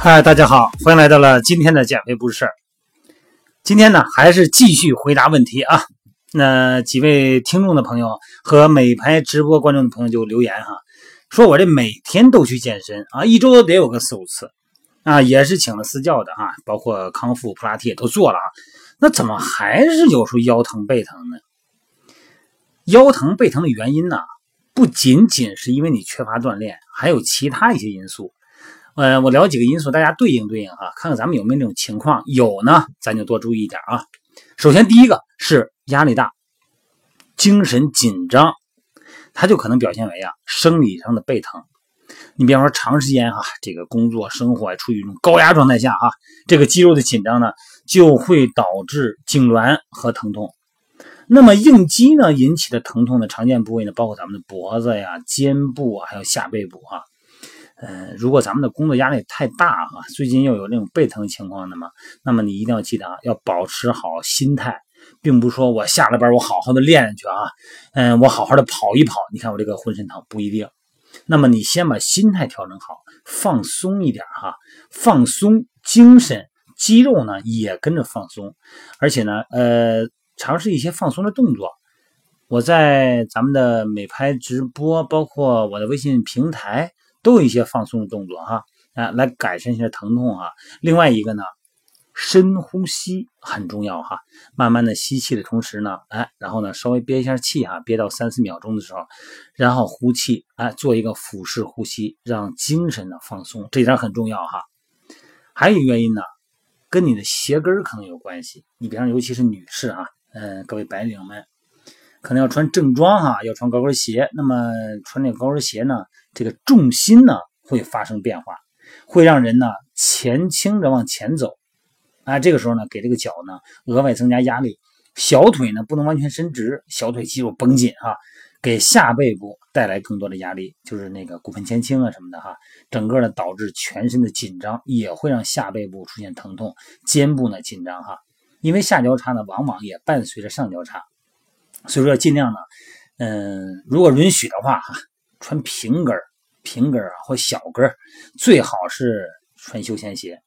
嗨，大家好，欢迎来到了今天的减肥不是事儿。今天呢，还是继续回答问题啊。那几位听众的朋友和美拍直播观众的朋友就留言哈，说我这每天都去健身啊，一周得有个4-5次啊，也是请了私教的啊，包括康复、普拉提也都做了啊。那怎么还是有时候腰疼背疼呢？腰疼背疼的原因呢，不仅仅是因为你缺乏锻炼，还有其他一些因素。我聊几个因素，大家对应啊，看看咱们有没有这种情况。有呢，咱就多注意一点啊。首先第一个是压力大，精神紧张，它就可能表现为生理上的背疼。你比方说长时间这个工作生活处于一种高压状态下这个肌肉的紧张呢，就会导致痉挛和疼痛。那么应激呢引起的疼痛的常见部位呢，包括咱们的脖子呀、肩部还有下背部如果咱们的工作压力太大最近又有这种背疼情况的嘛，那么你一定要记得要保持好心态，并不是说我下了班我好好的练去我好好的跑一跑，你看我这个浑身疼，不一定。那么你先把心态调整好，放松一点放松精神，肌肉呢也跟着放松，而且呢尝试一些放松的动作。我在咱们的美拍直播，包括我的微信平台，都有一些放松的动作来改善一些疼痛另外一个呢，深呼吸很重要慢慢的吸气的同时呢，然后呢稍微憋一下气憋到3-4秒钟的时候，然后呼气做一个腹式呼吸，让精神呢放松，这一点很重要还有一个原因呢，跟你的鞋跟可能有关系。你比方尤其是女士各位白领们可能要穿正装要穿高跟鞋，那么穿这个高跟鞋呢，这个重心呢会发生变化，会让人呢前倾着往前走这个时候呢给这个脚呢额外增加压力，小腿呢不能完全伸直，小腿肌肉绷紧给下背部带来更多的压力，就是那个骨盆前倾什么的整个呢导致全身的紧张，也会让下背部出现疼痛，肩部呢紧张因为下交叉呢往往也伴随着上交叉，所以说要尽量呢如果允许的话穿平跟或小跟，最好是穿休闲鞋，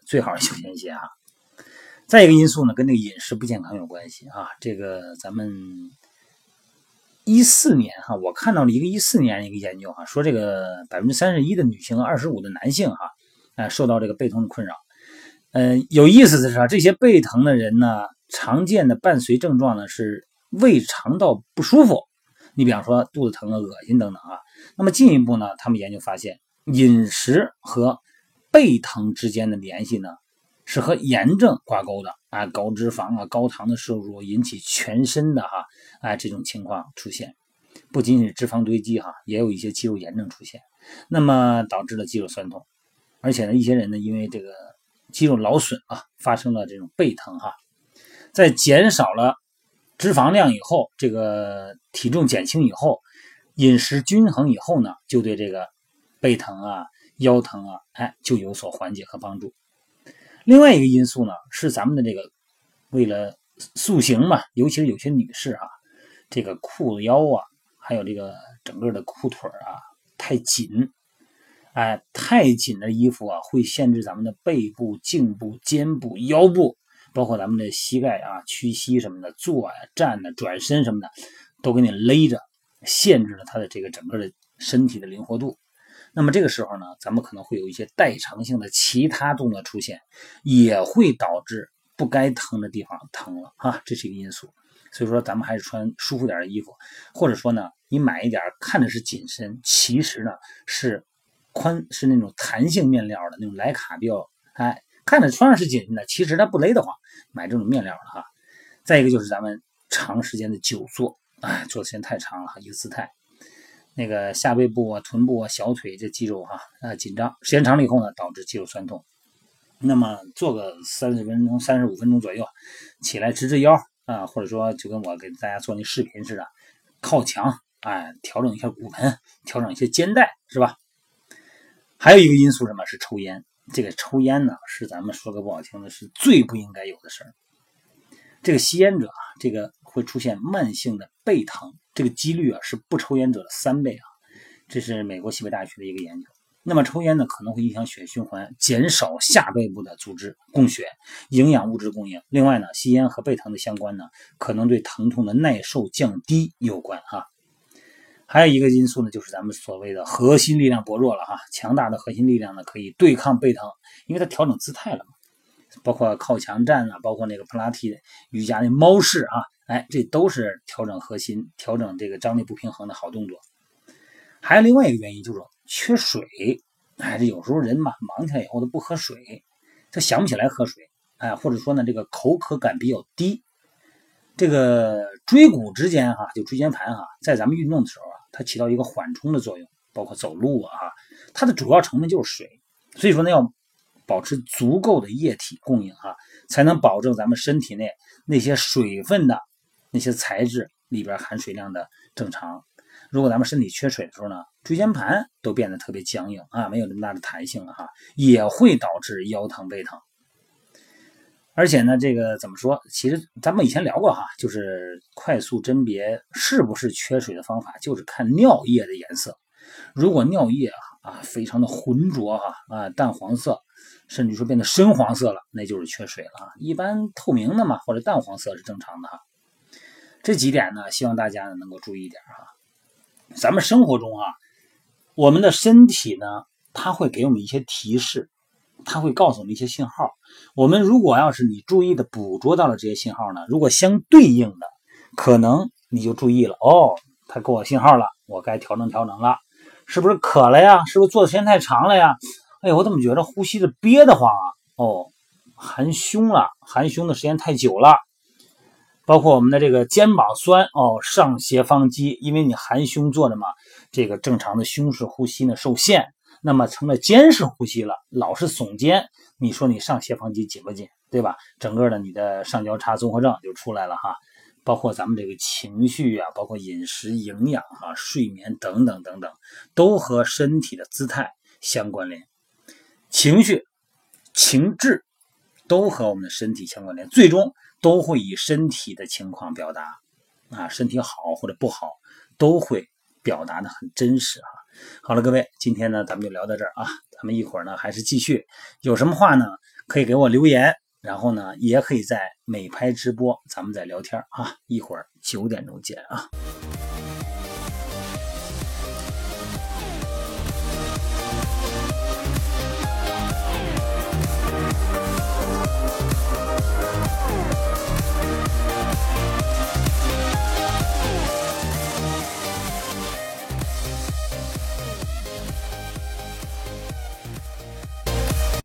再一个因素呢，跟这个饮食不健康有关系这个咱们14年我看到了一个14年一个研究说这个31%的女性和25%的男性受到这个背痛的困扰。有意思的是这些背疼的人呢，常见的伴随症状呢是胃肠道不舒服，你比方说肚子疼恶心等等那么进一步呢，他们研究发现饮食和背疼之间的联系呢是和炎症挂钩的高脂肪高糖的摄入引起全身的这种情况出现，不仅仅是脂肪堆积也有一些肌肉炎症出现，那么导致了肌肉酸痛，而且呢一些人呢因为这个肌肉劳损发生了这种背疼在减少了脂肪量以后，这个体重减轻以后，饮食均衡以后呢，就对这个背疼腰疼就有所缓解和帮助。另外一个因素呢，是咱们的这个为了塑形嘛，尤其是有些女士这个裤子腰还有这个整个的裤腿太紧太紧的衣服会限制咱们的背部、颈部、肩部、腰部，包括咱们的膝盖屈膝什么的，坐站转身什么的，都给你勒着，限制了它的这个整个的身体的灵活度。那么这个时候呢，咱们可能会有一些代偿性的其他动作出现，也会导致不该疼的地方疼了这是一个因素。所以说咱们还是穿舒服点的衣服，或者说呢，你买一点看着是紧身，其实呢是那种弹性面料的那种莱卡膘看着穿上是紧身的，其实它不勒得慌，买这种面料的再一个就是咱们长时间的久坐坐的时间太长了一个姿态，那个下背部臀部小腿这肌肉紧张，时间长了以后呢，导致肌肉酸痛。那么做个30分钟、35分钟左右，起来直腰或者说就跟我给大家做那视频似的，靠墙调整一下骨盆，调整一些肩带，是吧？还有一个因素什么是抽烟，这个抽烟呢是咱们说个不好听的是最不应该有的事儿。这个吸烟者这个会出现慢性的背疼，这个几率是不抽烟者的3倍这是美国西北大学的一个研究。 那么抽烟呢可能会影响血液循环，减少下背部的组织供血，营养物质供应。另外呢，吸烟和背疼的相关呢，可能对疼痛的耐受降低有关哈。还有一个因素呢，就是咱们所谓的核心力量薄弱了哈。强大的核心力量呢，可以对抗背疼，因为它调整姿态了嘛，包括靠墙站啊，包括那个普拉提瑜伽的猫式啊，这都是调整核心、调整这个张力不平衡的好动作。还有另外一个原因就是缺水，这有时候人嘛忙起来以后都不喝水，他想不起来喝水，或者说呢这个口渴感比较低。这个椎骨之间就椎间盘在咱们运动的时候它起到一个缓冲的作用，包括走路它的主要成分就是水，所以说呢要保持足够的液体供应才能保证咱们身体内那些水分的那些材质里边含水量的正常。如果咱们身体缺水的时候呢，椎间盘都变得特别僵硬没有这么大的弹性也会导致腰疼背疼。而且呢，这个怎么说？其实咱们以前聊过就是快速甄别是不是缺水的方法，就是看尿液的颜色。如果尿液非常的浑浊淡黄色，甚至说变得深黄色了，那就是缺水了一般透明的嘛，或者淡黄色是正常的这几点呢，希望大家能够注意一点咱们生活中我们的身体呢，它会给我们一些提示，它会告诉我们一些信号。我们如果要是你注意的捕捉到了这些信号呢，如果相对应的，可能你就注意了它给我信号了，我该调整调整了。是不是渴了呀？是不是坐的时间太长了呀？我怎么觉得呼吸的憋得慌含胸了，含胸的时间太久了。包括我们的这个肩膀酸上斜方肌，因为你含胸坐着嘛，这个正常的胸式呼吸呢受限，那么成了肩式呼吸了，老是耸肩，你说你上斜方肌紧不紧，对吧？整个的你的上交叉综合症就出来了包括咱们这个情绪包括饮食营养睡眠等等等等，都和身体的姿态相关联。情绪情志都和我们的身体相关联，最终都会以身体的情况表达身体好或者不好都会表达的很真实好了，各位，今天呢咱们就聊到这儿咱们一会儿呢还是继续，有什么话呢可以给我留言，然后呢也可以在美拍直播咱们再聊天一会儿9点钟见